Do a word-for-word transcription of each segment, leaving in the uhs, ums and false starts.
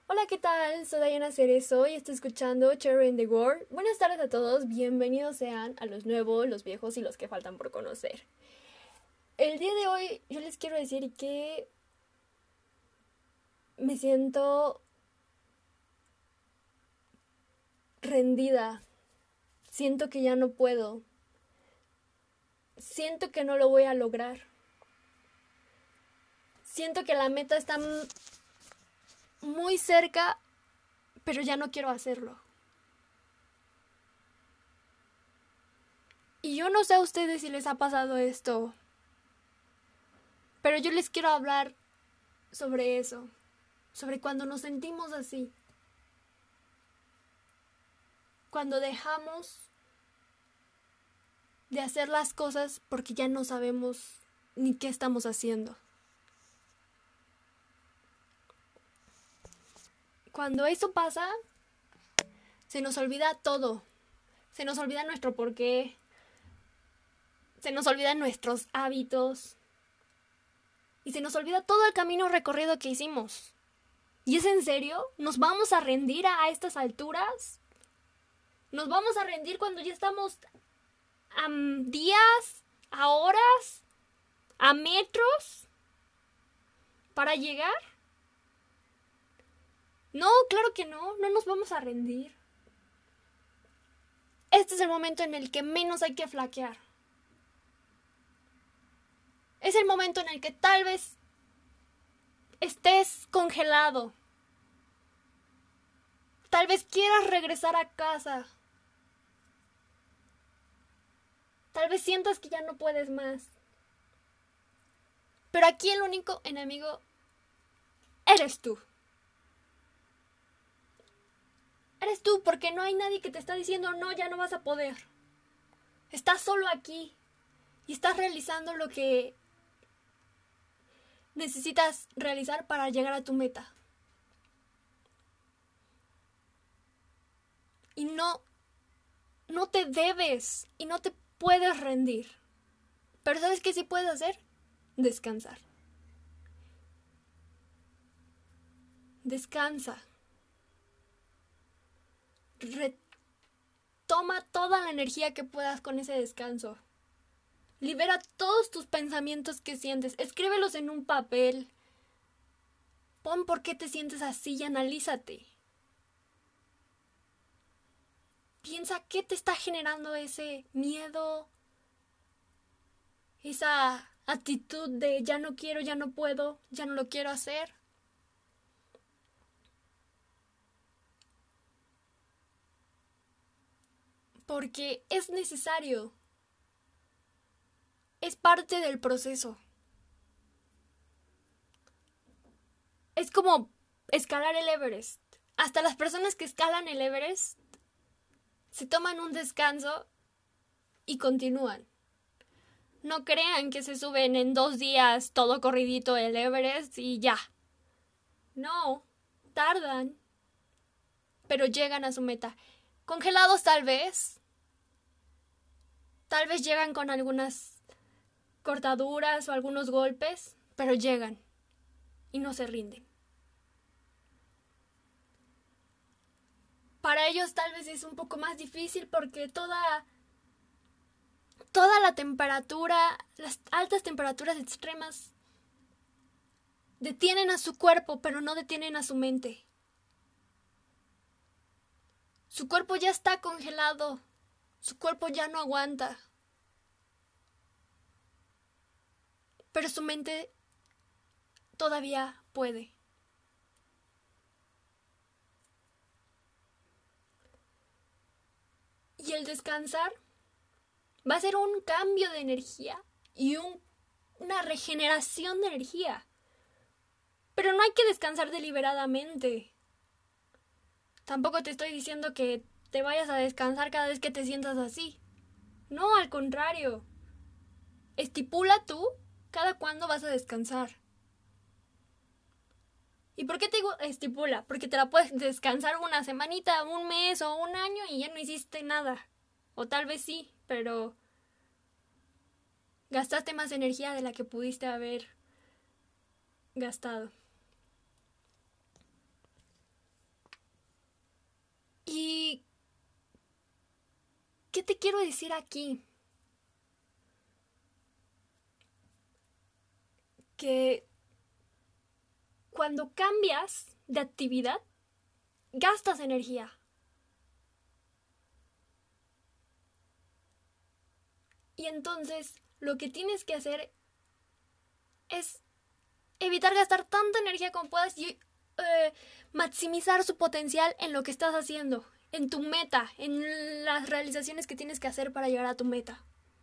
Hola, ¿qué tal? Soy Diana Cerezo y estoy escuchando Cherry in the World. Buenas tardes a todos, bienvenidos sean a los nuevos, los viejos y los que faltan por conocer. El día de hoy yo les quiero decir que me siento rendida. Siento que ya no puedo. Siento que no lo voy a lograr. Siento que la meta está muy cerca, pero ya no quiero hacerlo. Y yo no sé a ustedes si les ha pasado esto, pero yo les quiero hablar sobre eso, sobre cuando nos sentimos así, cuando dejamos de hacer las cosas porque ya no sabemos ni qué estamos haciendo. Cuando eso pasa, se nos olvida todo, se nos olvida nuestro porqué, se nos olvidan nuestros hábitos y se nos olvida todo el camino recorrido que hicimos. ¿Y es en serio? ¿Nos vamos a rendir a estas alturas? ¿Nos vamos a rendir cuando ya estamos a días, a horas, a metros para llegar? No, claro que no, no nos vamos a rendir. Este es el momento en el que menos hay que flaquear. Es el momento en el que tal vez estés congelado. Tal vez quieras regresar a casa. Tal vez sientas que ya no puedes más. Pero aquí el único enemigo eres tú. Eres tú, porque no hay nadie que te está diciendo no, ya no vas a poder. Estás solo aquí y estás realizando lo que necesitas realizar para llegar a tu meta. Y no, no te debes y no te puedes rendir. Pero ¿sabes qué sí puedes hacer? Descansar. Descansa. Retoma toda la energía que puedas con ese descanso. Libera todos tus pensamientos que sientes. Escríbelos en un papel. Pon por qué te sientes así y analízate. Piensa qué te está generando ese miedo, esa actitud de ya no quiero, ya no puedo, ya no lo quiero hacer. Porque es necesario. Es parte del proceso. Es como escalar el Everest. Hasta las personas que escalan el Everest se toman un descanso y continúan. No crean que se suben en dos días todo corridito el Everest y ya. No, tardan, pero llegan a su meta. Congelados tal vez. Tal vez llegan con algunas cortaduras o algunos golpes, pero llegan y no se rinden. Para ellos tal vez es un poco más difícil porque toda, toda la temperatura, las altas temperaturas extremas detienen a su cuerpo, pero no detienen a su mente. Su cuerpo ya está congelado, su cuerpo ya no aguanta, pero su mente todavía puede. Y el descansar va a ser un cambio de energía y un, una regeneración de energía. Pero no hay que descansar deliberadamente. Tampoco te estoy diciendo que te vayas a descansar cada vez que te sientas así. No, al contrario. Estipula tú cada cuándo vas a descansar. ¿Y por qué te digo estipula? Porque te la puedes descansar una semanita, un mes o un año y ya no hiciste nada. O tal vez sí, pero gastaste más energía de la que pudiste haber gastado. ¿qué te quiero decir aquí? Que cuando cambias de actividad, gastas energía. Y entonces lo que tienes que hacer es evitar gastar tanta energía como puedas y eh, maximizar su potencial en lo que estás haciendo, en tu meta, en las realizaciones que tienes que hacer para llegar a tu meta.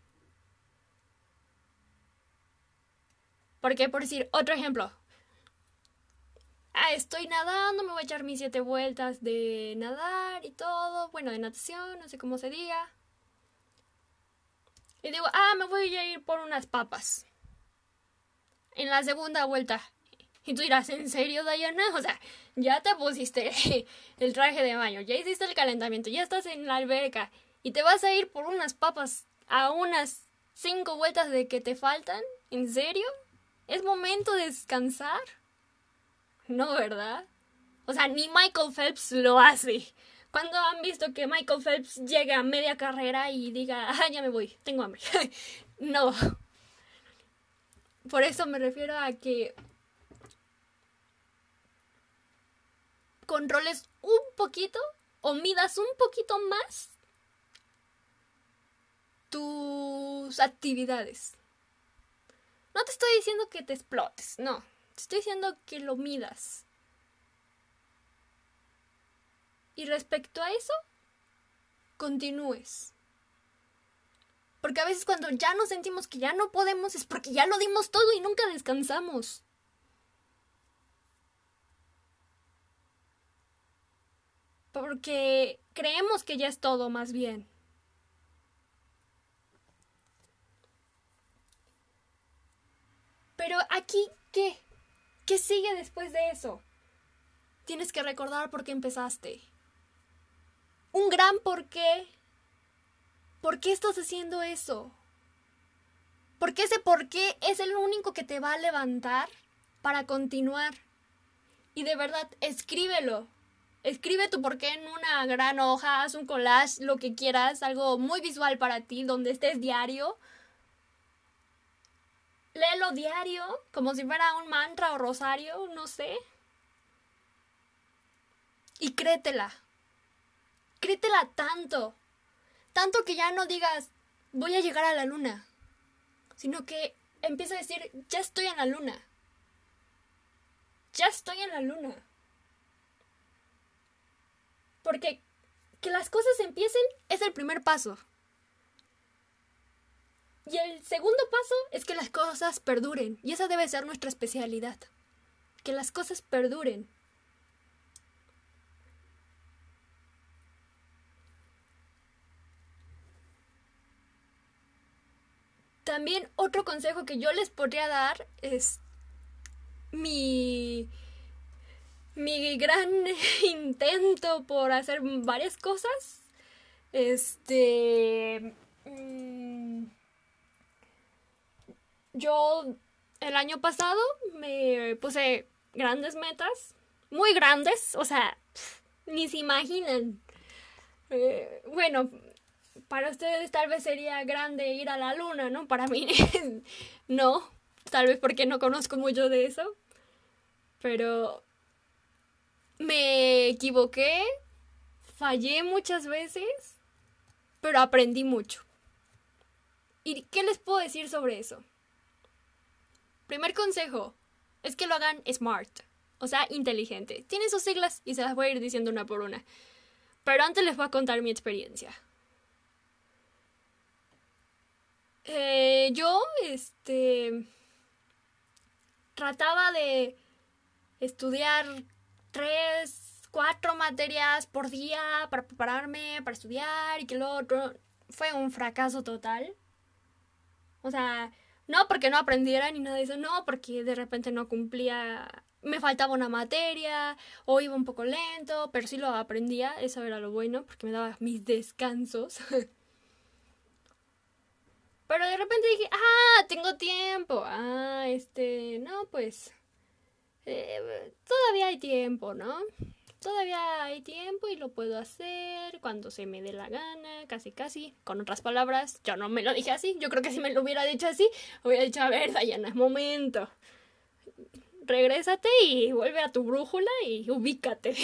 Porque, por decir, otro ejemplo. Ah, estoy nadando, me voy a echar mis siete vueltas de nadar y todo. Bueno, de natación, no sé cómo se diga. Y digo, ah, me voy a ir por unas papas. En la segunda vuelta. Y tú dirás, ¿en serio, Diana? O sea, ya te pusiste el traje de baño, ya hiciste el calentamiento, ya estás en la alberca. Y te vas a ir por unas papas a unas cinco vueltas de que te faltan. ¿En serio? ¿Es momento de descansar? No, ¿verdad? O sea, ni Michael Phelps lo hace. ¿Cuándo han visto que Michael Phelps llega a media carrera y diga, ah, ya me voy, tengo hambre? No. Por eso me refiero a que controles un poquito o midas un poquito más tus actividades. No te estoy diciendo que te explotes, no. Te estoy diciendo que lo midas. Y respecto a eso, continúes. Porque a veces cuando ya nos sentimos que ya no podemos es porque ya lo dimos todo y nunca descansamos. Porque creemos que ya es todo, más bien. Pero aquí, ¿qué? ¿Qué sigue después de eso? Tienes que recordar por qué empezaste. Un gran por qué. ¿Por qué estás haciendo eso? Porque ese por qué es el único que te va a levantar para continuar. Y de verdad, escríbelo. Escribe tu por qué en una gran hoja, haz un collage, lo que quieras, algo muy visual para ti, donde estés diario. Léelo diario, como si fuera un mantra o rosario, no sé. Y créetela. Créetela tanto. Tanto que ya no digas, voy a llegar a la luna. Sino que empieza a decir, ya estoy en la luna. Ya estoy en la luna. Porque que las cosas empiecen es el primer paso. Y el segundo paso es que las cosas perduren. Y esa debe ser nuestra especialidad. Que las cosas perduren. También otro consejo que yo les podría dar es mi, mi gran intento por hacer varias cosas. Este... Mmm, yo el año pasado me puse grandes metas, muy grandes, o sea, pff, ni se imaginan. Eh, bueno, para ustedes tal vez sería grande ir a la luna, ¿no? Para mí no, tal vez porque no conozco mucho de eso, pero me equivoqué, fallé muchas veces, pero aprendí mucho. ¿Y qué les puedo decir sobre eso? Primer consejo es que lo hagan smart, o sea, inteligente. Tiene sus siglas y se las voy a ir diciendo una por una. Pero antes les voy a contar mi experiencia. Eh, yo, este, trataba de estudiar tres, cuatro materias por día para prepararme, para estudiar y que lo otro. Fue un fracaso total. O sea, no porque no aprendiera ni nada de eso, no, porque de repente no cumplía, me faltaba una materia o iba un poco lento, pero sí lo aprendía, eso era lo bueno, porque me daba mis descansos. Pero de repente dije, ah, tengo tiempo, ah, este, no, pues, eh, todavía hay tiempo, ¿no? todavía hay tiempo y lo puedo hacer cuando se me dé la gana, casi casi. Con otras palabras, yo no me lo dije así. Yo creo que si me lo hubiera dicho así, hubiera dicho, a ver, Dayana, momento. Regrésate y vuelve a tu brújula y ubícate.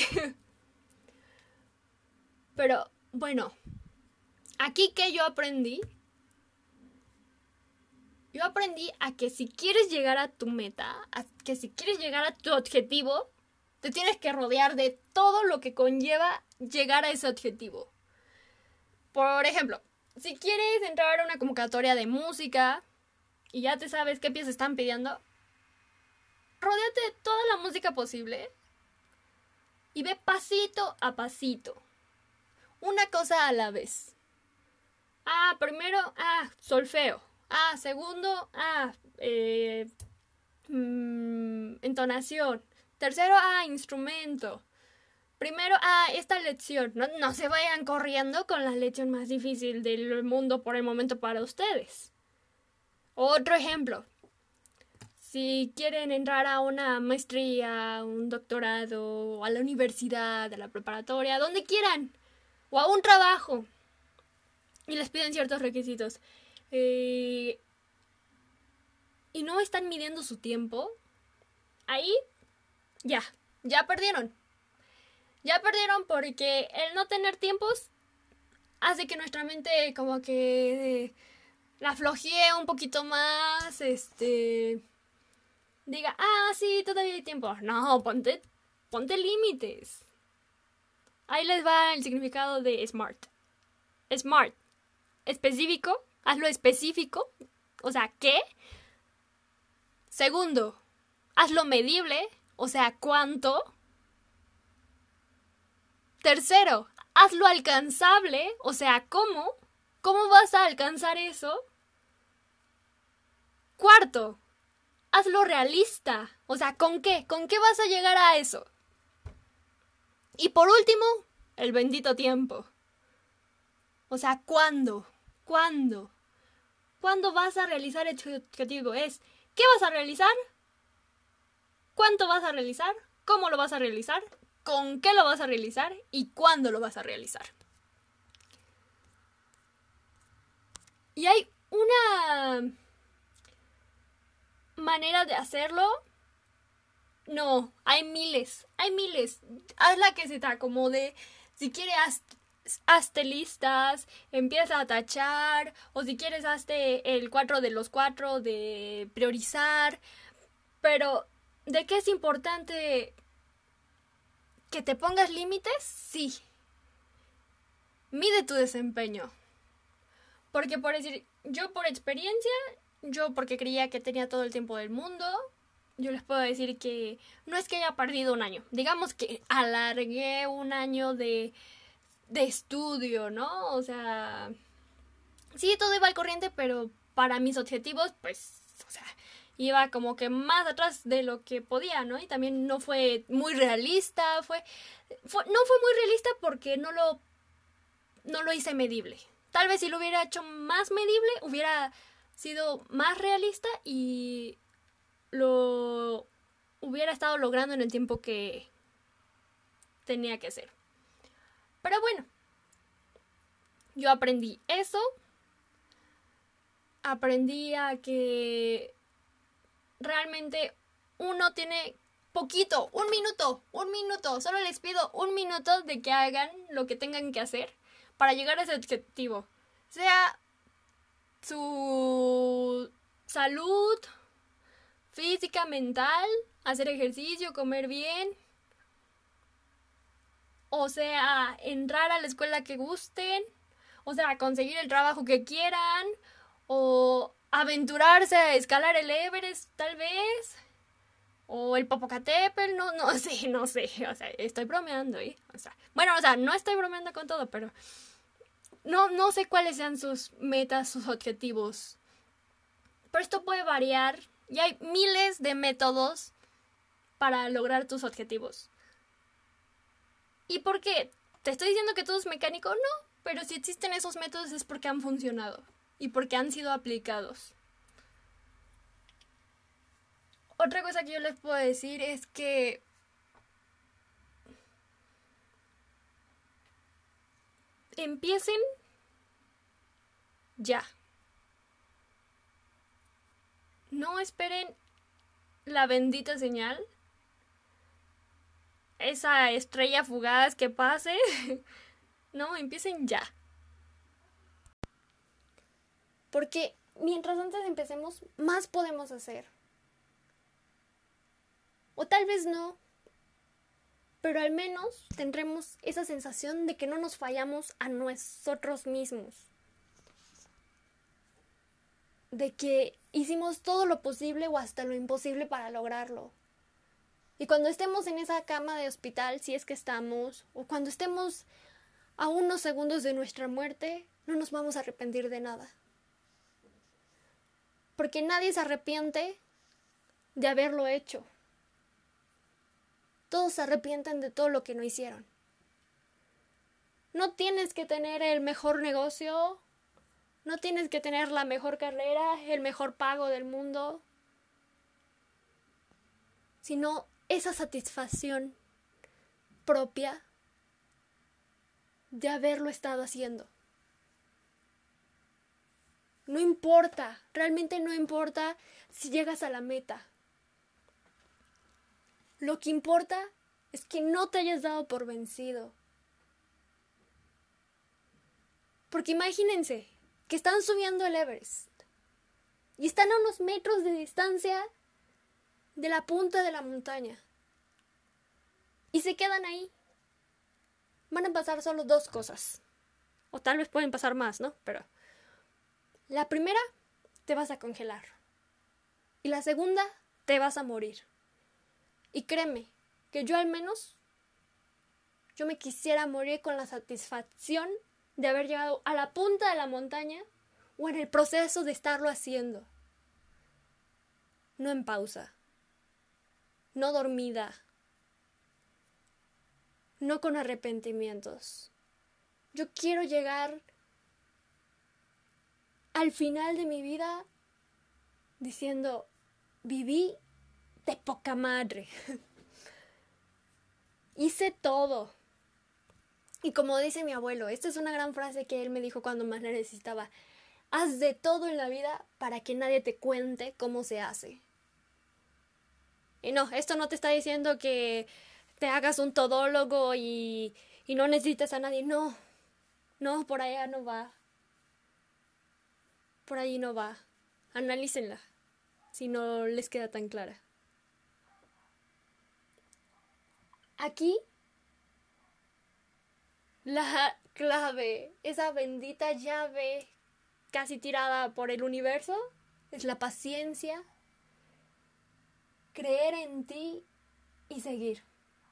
Pero, bueno, aquí que yo aprendí, yo aprendí a que si quieres llegar a tu meta, a que si quieres llegar a tu objetivo, te tienes que rodear de todo lo que conlleva llegar a ese objetivo. Por ejemplo, si quieres entrar a una convocatoria de música y ya te sabes qué piezas están pidiendo, rodéate de toda la música posible y ve pasito a pasito. Una cosa a la vez. Ah, primero, ah, solfeo. Ah, segundo, ah, eh, mmm, entonación. Tercero, ah, instrumento. Primero, ah, esta lección. No, no se vayan corriendo con la lección más difícil del mundo por el momento para ustedes. Otro ejemplo. Si quieren entrar a una maestría, un doctorado, a la universidad, a la preparatoria, donde quieran, o a un trabajo, y les piden ciertos requisitos, eh, y no están midiendo su tiempo, ahí ya, ya perdieron. Ya perdieron porque el no tener tiempos hace que nuestra mente como que la flojee un poquito más, este... diga, ah, sí, todavía hay tiempo. No, ponte, ponte límites. Ahí les va el significado de SMART. SMART. Específico. Hazlo específico. O sea, ¿qué? Segundo, hazlo medible. O sea, ¿cuánto? Tercero, hazlo alcanzable. O sea, ¿cómo? ¿Cómo vas a alcanzar eso? Cuarto, hazlo realista. O sea, ¿con qué? ¿Con qué vas a llegar a eso? Y por último, el bendito tiempo. O sea, ¿cuándo? ¿Cuándo? ¿Cuándo vas a realizar el objetivo? Es, ¿qué vas a realizar? ¿Cuánto vas a realizar? ¿Cómo lo vas a realizar? ¿Con qué lo vas a realizar? ¿Y cuándo lo vas a realizar? Y hay una manera de hacerlo. No, hay miles, hay miles. Haz la que se te acomode. Si quieres, haz, hazte listas, empieza a tachar. O si quieres, hazte el cuatro de los cuatro de priorizar. Pero, ¿de qué es importante que te pongas límites? Sí. Mide tu desempeño. Porque, por decir, yo por experiencia, yo porque creía que tenía todo el tiempo del mundo, yo les puedo decir que no es que haya perdido un año. Digamos que alargué un año de, de estudio, ¿no? O sea, sí, todo iba al corriente, pero para mis objetivos, pues, o sea, iba como que más atrás de lo que podía, ¿no? Y también no fue muy realista, fue, fue no fue muy realista porque no lo, no lo hice medible. Tal vez si lo hubiera hecho más medible, hubiera sido más realista y lo hubiera estado logrando en el tiempo que tenía que ser. Pero bueno, yo aprendí eso. Aprendí a que realmente uno tiene poquito, un minuto, un minuto. Solo les pido un minuto de que hagan lo que tengan que hacer para llegar a ese objetivo. Sea su salud física, mental, hacer ejercicio, comer bien. O sea, entrar a la escuela que gusten. O sea, conseguir el trabajo que quieran. O aventurarse a escalar el Everest, tal vez. O el Popocatépetl, no, no sé, no sé. O sea, estoy bromeando, ¿eh? O sea, bueno, o sea, no estoy bromeando con todo, pero no, no sé cuáles sean sus metas, sus objetivos. Pero esto puede variar. Y hay miles de métodos para lograr tus objetivos. ¿Y por qué? ¿Te estoy diciendo que todo es mecánico? No, pero si existen esos métodos es porque han funcionado y porque han sido aplicados. Otra cosa que yo les puedo decir es que empiecen ya. No esperen la bendita señal, esa estrella fugaz que pase. No, empiecen ya. Porque mientras antes empecemos, más podemos hacer. O tal vez no, pero al menos tendremos esa sensación de que no nos fallamos a nosotros mismos. De que hicimos todo lo posible o hasta lo imposible para lograrlo. Y cuando estemos en esa cama de hospital, si es que estamos, o cuando estemos a unos segundos de nuestra muerte, no nos vamos a arrepentir de nada. Porque nadie se arrepiente de haberlo hecho. Todos se arrepienten de todo lo que no hicieron. No tienes que tener el mejor negocio, no tienes que tener la mejor carrera, el mejor pago del mundo, sino esa satisfacción propia de haberlo estado haciendo. No importa, realmente no importa si llegas a la meta. Lo que importa es que no te hayas dado por vencido. Porque imagínense que están subiendo el Everest y están a unos metros de distancia de la punta de la montaña y se quedan ahí. Van a pasar solo dos cosas, o tal vez pueden pasar más, ¿no? Pero la primera, te vas a congelar, y la segunda, te vas a morir. Y créeme que yo al menos yo me quisiera morir con la satisfacción de haber llegado a la punta de la montaña o en el proceso de estarlo haciendo. No en pausa, no dormida, no con arrepentimientos. Yo quiero llegar al final de mi vida diciendo, viví de poca madre. Hice todo. Y como dice mi abuelo, esta es una gran frase que él me dijo cuando más la necesitaba: haz de todo en la vida para que nadie te cuente cómo se hace. Y no, esto no te está diciendo que te hagas un todólogo y, y no necesitas a nadie. No, no, por allá no va. Por ahí no va. Analícenla, si no les queda tan clara. Aquí, la clave, esa bendita llave casi tirada por el universo, es la paciencia, creer en ti y seguir.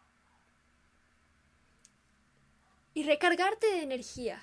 Y recargarte de energía.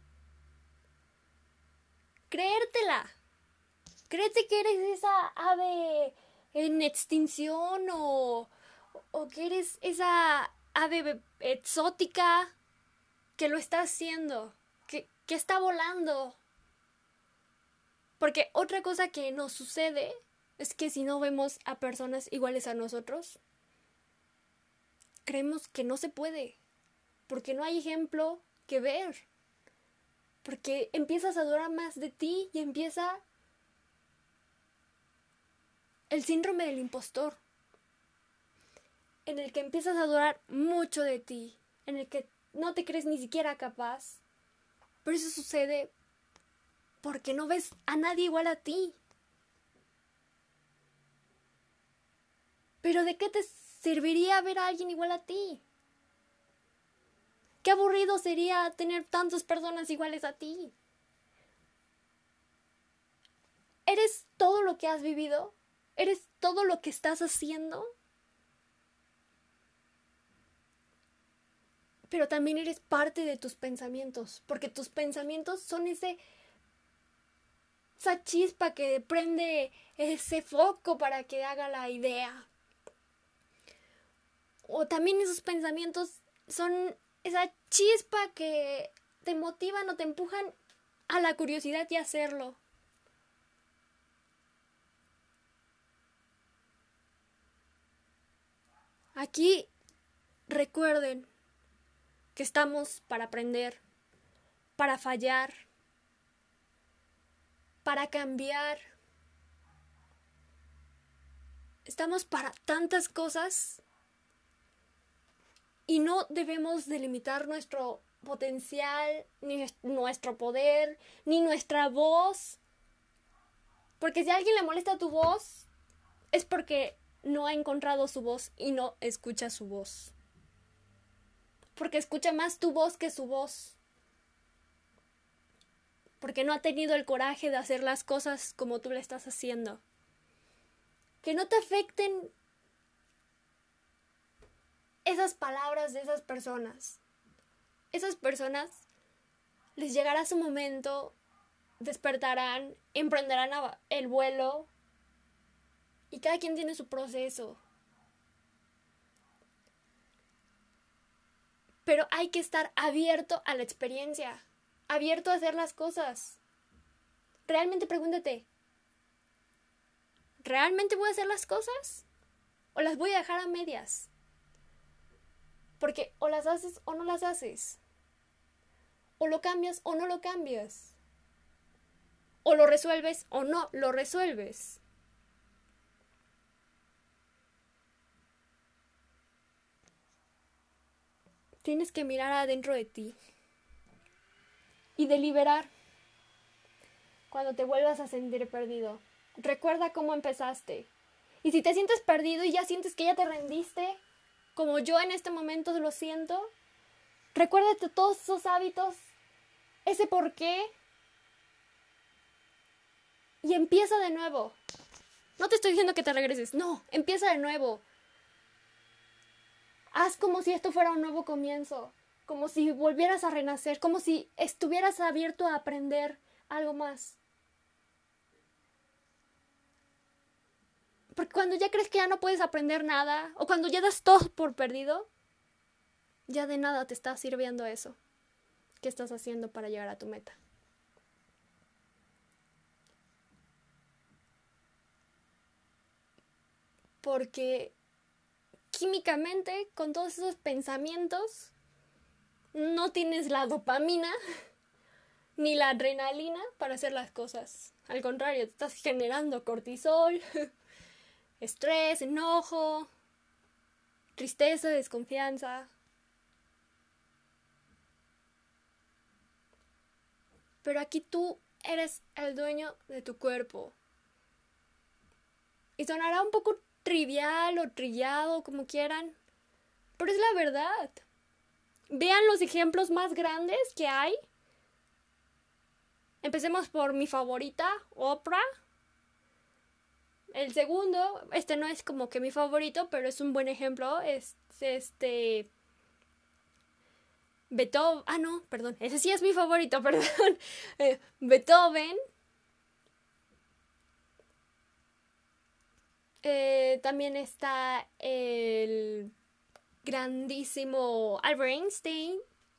Creértela. Créete que eres esa ave en extinción o, o que eres esa ave exótica que lo está haciendo, que, que está volando. Porque otra cosa que nos sucede es que si no vemos a personas iguales a nosotros, creemos que no se puede, porque no hay ejemplo que ver. Porque empiezas a dudar más de ti y empieza el síndrome del impostor, en el que empiezas a dudar mucho de ti, en el que no te crees ni siquiera capaz. Pero eso sucede porque no ves a nadie igual a ti. Pero ¿de qué te serviría ver a alguien igual a ti? Qué aburrido sería tener tantas personas iguales a ti. ¿Eres todo lo que has vivido? ¿Eres todo lo que estás haciendo? Pero también eres parte de tus pensamientos, porque tus pensamientos son ese, esa chispa que prende ese foco para que haga la idea. O también esos pensamientos son esa chispa que te motivan o te empujan a la curiosidad y a hacerlo. Aquí recuerden que estamos para aprender, para fallar, para cambiar. Estamos para tantas cosas y no debemos delimitar nuestro potencial, ni nuestro poder, ni nuestra voz. Porque si a alguien le molesta tu voz, es porque no ha encontrado su voz y no escucha su voz. Porque escucha más tu voz que su voz. Porque no ha tenido el coraje de hacer las cosas como tú le estás haciendo. Que no te afecten esas palabras de esas personas. Esas personas les llegará su momento, despertarán, emprenderán el vuelo y cada quien tiene su proceso. Pero hay que estar abierto a la experiencia, abierto a hacer las cosas. Realmente pregúntate, ¿realmente voy a hacer las cosas? ¿O las voy a dejar a medias? Porque o las haces o no las haces. O lo cambias o no lo cambias. O lo resuelves o no lo resuelves. Tienes que mirar adentro de ti y deliberar cuando te vuelvas a sentir perdido. Recuerda cómo empezaste. Y si te sientes perdido y ya sientes que ya te rendiste, como yo en este momento lo siento, recuérdate todos esos hábitos, ese por qué, y empieza de nuevo. No te estoy diciendo que te regreses, no, empieza de nuevo. Haz como si esto fuera un nuevo comienzo, como si volvieras a renacer, como si estuvieras abierto a aprender algo más. Porque cuando ya crees que ya no puedes aprender nada, o cuando ya das todo por perdido, ya de nada te está sirviendo eso. ¿Qué estás haciendo para llegar a tu meta? Porque químicamente, con todos esos pensamientos, no tienes la dopamina ni la adrenalina para hacer las cosas. Al contrario, te estás generando cortisol, estrés, enojo, tristeza, desconfianza. Pero aquí tú eres el dueño de tu cuerpo. Y sonará un poco trivial o trillado, como quieran, pero es la verdad. Vean los ejemplos más grandes que hay. Empecemos por mi favorita, Oprah. El segundo, este no es como que mi favorito, pero es un buen ejemplo, es este... Beethoven, ah no, perdón, ese sí es mi favorito, perdón. eh, Beethoven. Eh, también está el grandísimo Albert Einstein.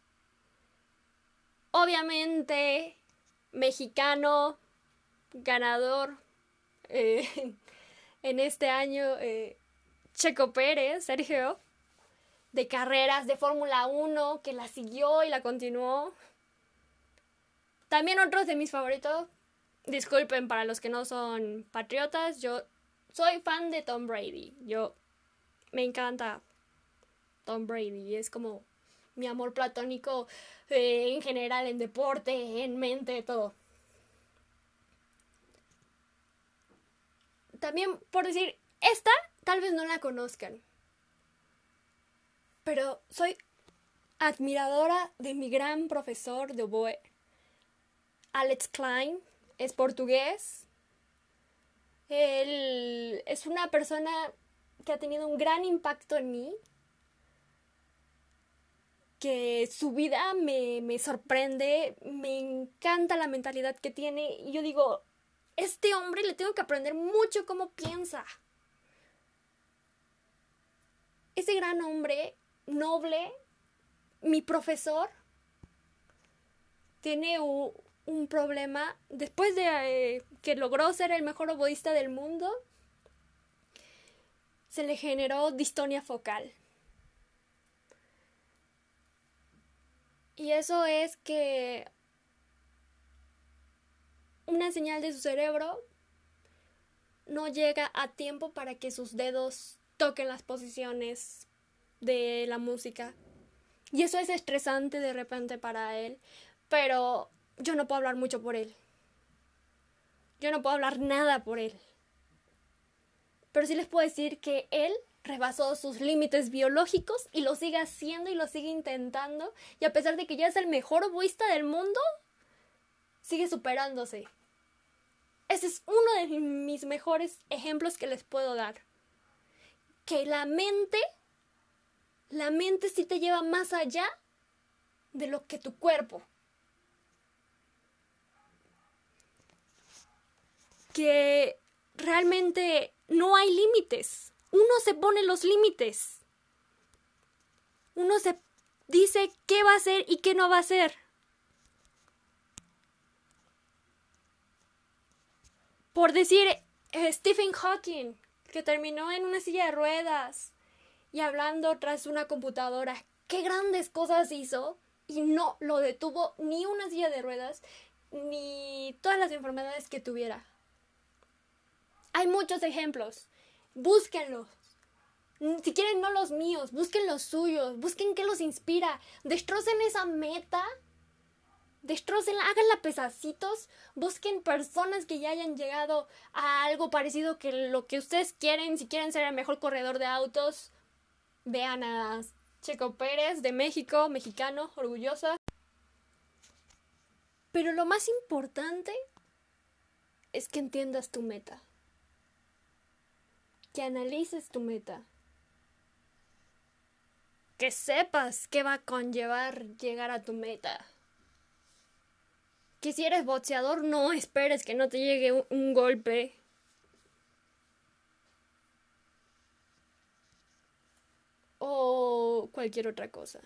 Obviamente, mexicano, ganador eh, en este año, eh, Checo Pérez, Sergio, de carreras de Fórmula uno, que la siguió y la continuó. También otros de mis favoritos, disculpen para los que no son patriotas, yo soy fan de Tom Brady. Yo me encanta Tom Brady. Es como mi amor platónico eh, en general, en deporte, en mente, todo. También por decir, esta tal vez no la conozcan, pero soy admiradora de mi gran profesor de oboe, Alex Klein. Es portugués. Él es una persona que ha tenido un gran impacto en mí, que su vida me, me sorprende, me encanta la mentalidad que tiene, y yo digo, este hombre le tengo que aprender mucho cómo piensa. Ese gran hombre, noble, mi profesor, tiene un, un problema. Después de eh, que logró ser el mejor oboísta del mundo, se le generó distonia focal. Y eso es que una señal de su cerebro no llega a tiempo para que sus dedos toquen las posiciones de la música. Y eso es estresante de repente para él, pero yo no puedo hablar mucho por él. Yo no puedo hablar nada por él. Pero sí les puedo decir que él rebasó sus límites biológicos y lo sigue haciendo y lo sigue intentando. Y a pesar de que ya es el mejor oboísta del mundo, sigue superándose. Ese es uno de mis mejores ejemplos que les puedo dar. Que la mente, la mente sí te lleva más allá de lo que tu cuerpo. Que realmente no hay límites. Uno se pone los límites. Uno se dice qué va a hacer y qué no va a hacer. Por decir, eh, Stephen Hawking, que terminó en una silla de ruedas y hablando tras una computadora. Qué grandes cosas hizo y no lo detuvo ni una silla de ruedas ni todas las enfermedades que tuviera. Hay muchos ejemplos. Búsquenlos. Si quieren, no los míos, busquen los suyos, busquen qué los inspira. Destrocen esa meta. Destrócenla, háganla pedacitos. Busquen personas que ya hayan llegado a algo parecido que lo que ustedes quieren. Si quieren ser el mejor corredor de autos, vean a Checo Pérez de México, mexicano, orgullosa. Pero lo más importante es que entiendas tu meta. Que analices tu meta. Que sepas qué va a conllevar llegar a tu meta. Que si eres boxeador, no esperes que no te llegue un, un golpe. O cualquier otra cosa.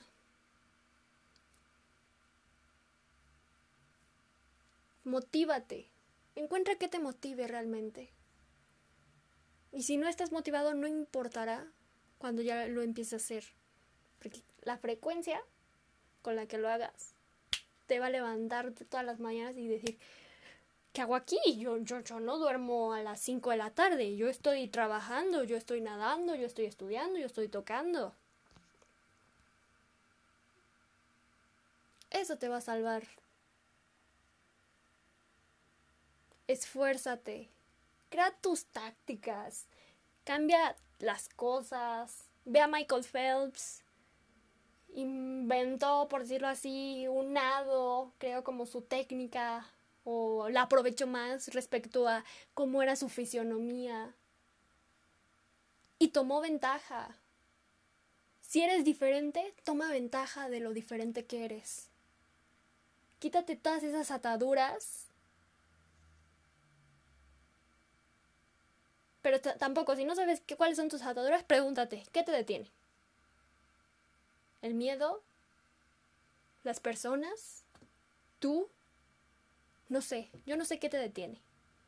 Motívate. Encuentra qué te motive realmente. Y si no estás motivado, no importará cuando ya lo empieces a hacer. Porque la frecuencia con la que lo hagas te va a levantar todas las mañanas y decir, ¿qué hago aquí? Yo, yo, yo no duermo a las cinco de la tarde. Yo estoy trabajando, yo estoy nadando, yo estoy estudiando, yo estoy tocando. Eso te va a salvar. Esfuérzate. Crea tus tácticas. Cambia las cosas. Ve a Michael Phelps. Inventó, por decirlo así, un nado. Creó como su técnica. O la aprovechó más respecto a cómo era su fisionomía. Y tomó ventaja. Si eres diferente, toma ventaja de lo diferente que eres. Quítate todas esas ataduras. Pero t- tampoco, si no sabes qué, cuáles son tus ataduras, pregúntate, ¿qué te detiene? ¿El miedo? ¿Las personas? ¿Tú? No sé, yo no sé qué te detiene.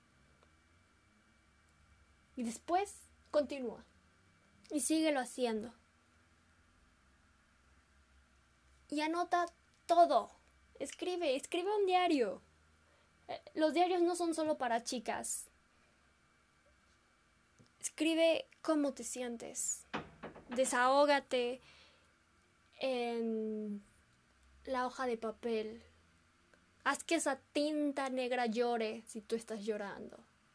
Y después, continúa. Y síguelo haciendo. Y anota todo. Escribe, escribe un diario. Eh, los diarios no son solo para chicas. Escribe cómo te sientes. Desahógate en la hoja de papel. Haz que esa tinta negra llore si tú estás llorando.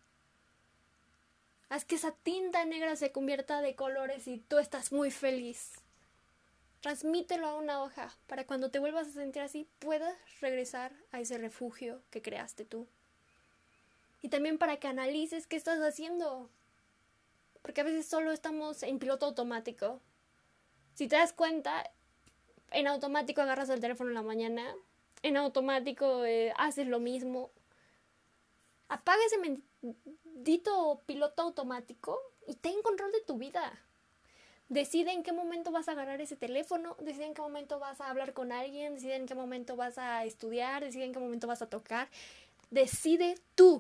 Haz que esa tinta negra se convierta de colores si tú estás muy feliz. Transmítelo a una hoja para cuando te vuelvas a sentir así puedas regresar a ese refugio que creaste tú. Y también para que analices qué estás haciendo. Porque a veces solo estamos en piloto automático. Si te das cuenta, en automático agarras el teléfono en la mañana. En automático eh, haces lo mismo. Apaga ese bendito piloto automático y ten control de tu vida. Decide en qué momento vas a agarrar ese teléfono, decide en qué momento vas a hablar con alguien, decide en qué momento vas a estudiar, decide en qué momento vas a tocar. Decide tú.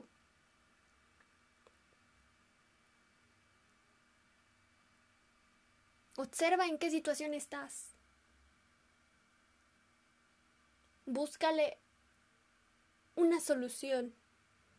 Observa en qué situación estás. Búscale una solución.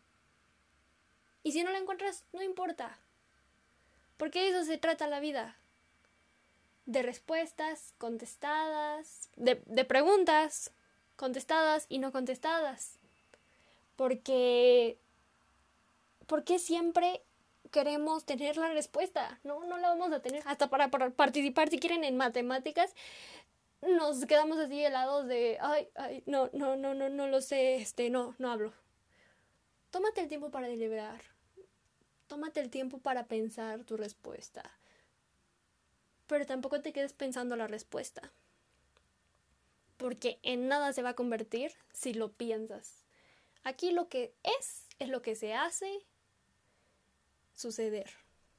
Y si no la encuentras, no importa. Porque de eso se trata la vida. De respuestas contestadas, de, de preguntas contestadas y no contestadas. Porque, porque siempre queremos tener la respuesta. No, no la vamos a tener. Hasta para, para participar, si quieren, en matemáticas, nos quedamos así helados de, ay, ay, no, no, no, no, no lo sé, este, no, no hablo. Tómate el tiempo para deliberar. Tómate el tiempo para pensar tu respuesta. Pero tampoco te quedes pensando la respuesta. Porque en nada se va a convertir si lo piensas. Aquí lo que es, es lo que se hace suceder.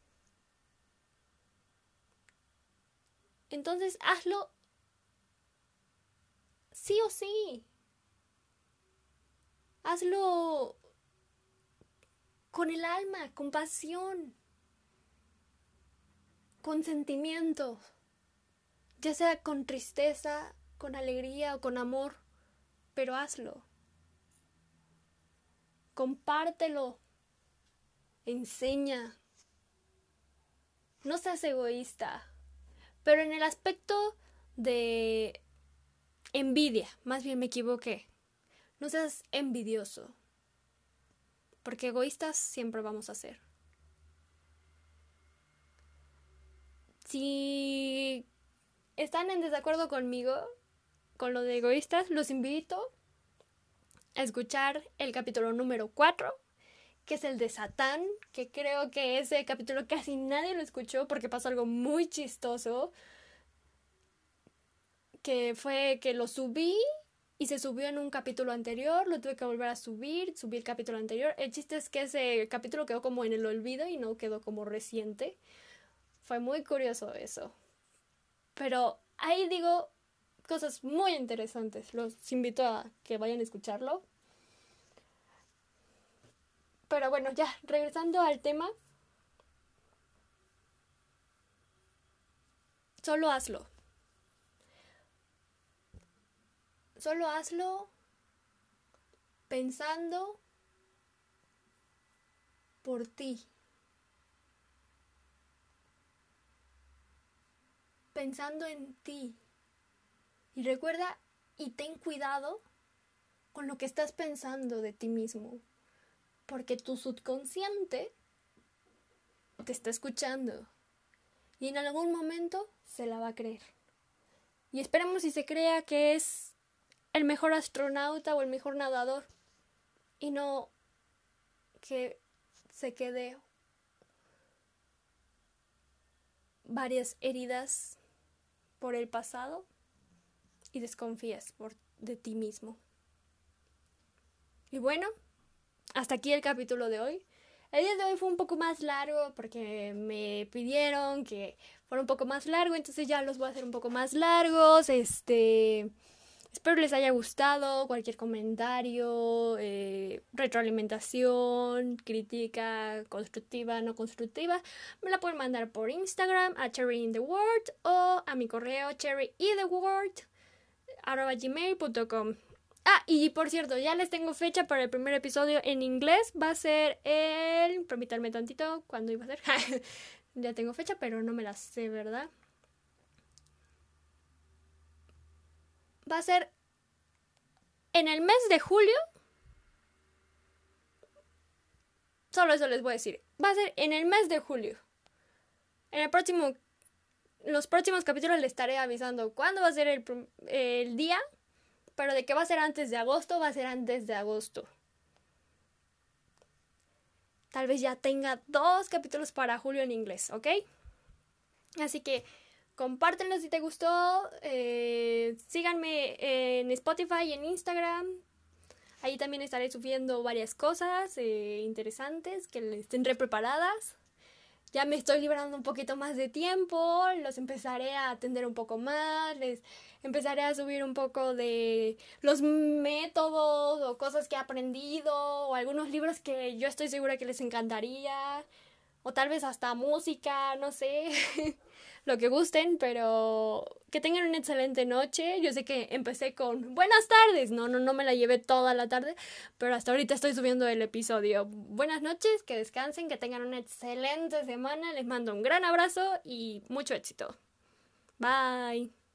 Entonces hazlo sí o sí. Hazlo con el alma, con pasión, con sentimiento, ya sea con tristeza, con alegría o con amor, pero hazlo. Compártelo, enseña. No seas egoísta, pero en el aspecto de envidia, más bien me equivoqué. No seas envidioso, porque egoístas siempre vamos a ser. Si están en desacuerdo conmigo, con lo de egoístas, los invito a escuchar el capítulo número cuatro, que es el de Satán, que creo que ese capítulo casi nadie lo escuchó porque pasó algo muy chistoso, que fue que lo subí y se subió en un capítulo anterior, lo tuve que volver a subir, subí el capítulo anterior. El chiste es que ese capítulo quedó como en el olvido y no quedó como reciente. Fue muy curioso eso. Pero ahí digo cosas muy interesantes. Los invito a que vayan a escucharlo. Pero bueno, ya, regresando al tema. Solo hazlo. Solo hazlo pensando por ti. Pensando en ti. Y recuerda y ten cuidado con lo que estás pensando de ti mismo. Porque tu subconsciente te está escuchando. Y en algún momento se la va a creer. Y esperemos si se crea que es el mejor astronauta o el mejor nadador. Y no que se quede varias heridas por el pasado y desconfías por, de ti mismo. Y bueno, hasta aquí el capítulo de hoy. El día de hoy fue un poco más largo porque me pidieron que fuera un poco más largo, entonces ya los voy a hacer un poco más largos. Este, espero les haya gustado. Cualquier comentario, eh, retroalimentación, crítica constructiva, no constructiva, me la pueden mandar por Instagram a cherryintheworld o a mi correo cherryintheworld arroba gmail punto com. Ah, y por cierto, ya les tengo fecha para el primer episodio en inglés. Va a ser el... Permítanme tantito, ¿cuándo iba a ser? Ya tengo fecha, pero no me la sé, ¿verdad? Va a ser en el mes de julio. Solo eso les voy a decir. Va a ser en el mes de julio. En el próximo... Los próximos capítulos les estaré avisando cuándo va a ser el, el día. Pero de que va a ser antes de agosto, va a ser antes de agosto. Tal vez ya tenga dos capítulos para julio en inglés, ¿ok? Así que compártenlo si te gustó. Eh, síganme en Spotify y en Instagram. Ahí también estaré subiendo varias cosas eh, interesantes que les tendré preparadas. Ya me estoy liberando un poquito más de tiempo, los empezaré a atender un poco más, les empezaré a subir un poco de los métodos o cosas que he aprendido o algunos libros que yo estoy segura que les encantaría o tal vez hasta música, no sé. lo que gusten, pero que tengan una excelente noche. Yo sé que empecé con buenas tardes, no, no, no me la llevé toda la tarde, pero hasta ahorita estoy subiendo el episodio. Buenas noches, que descansen, que tengan una excelente semana, les mando un gran abrazo y mucho éxito. Bye.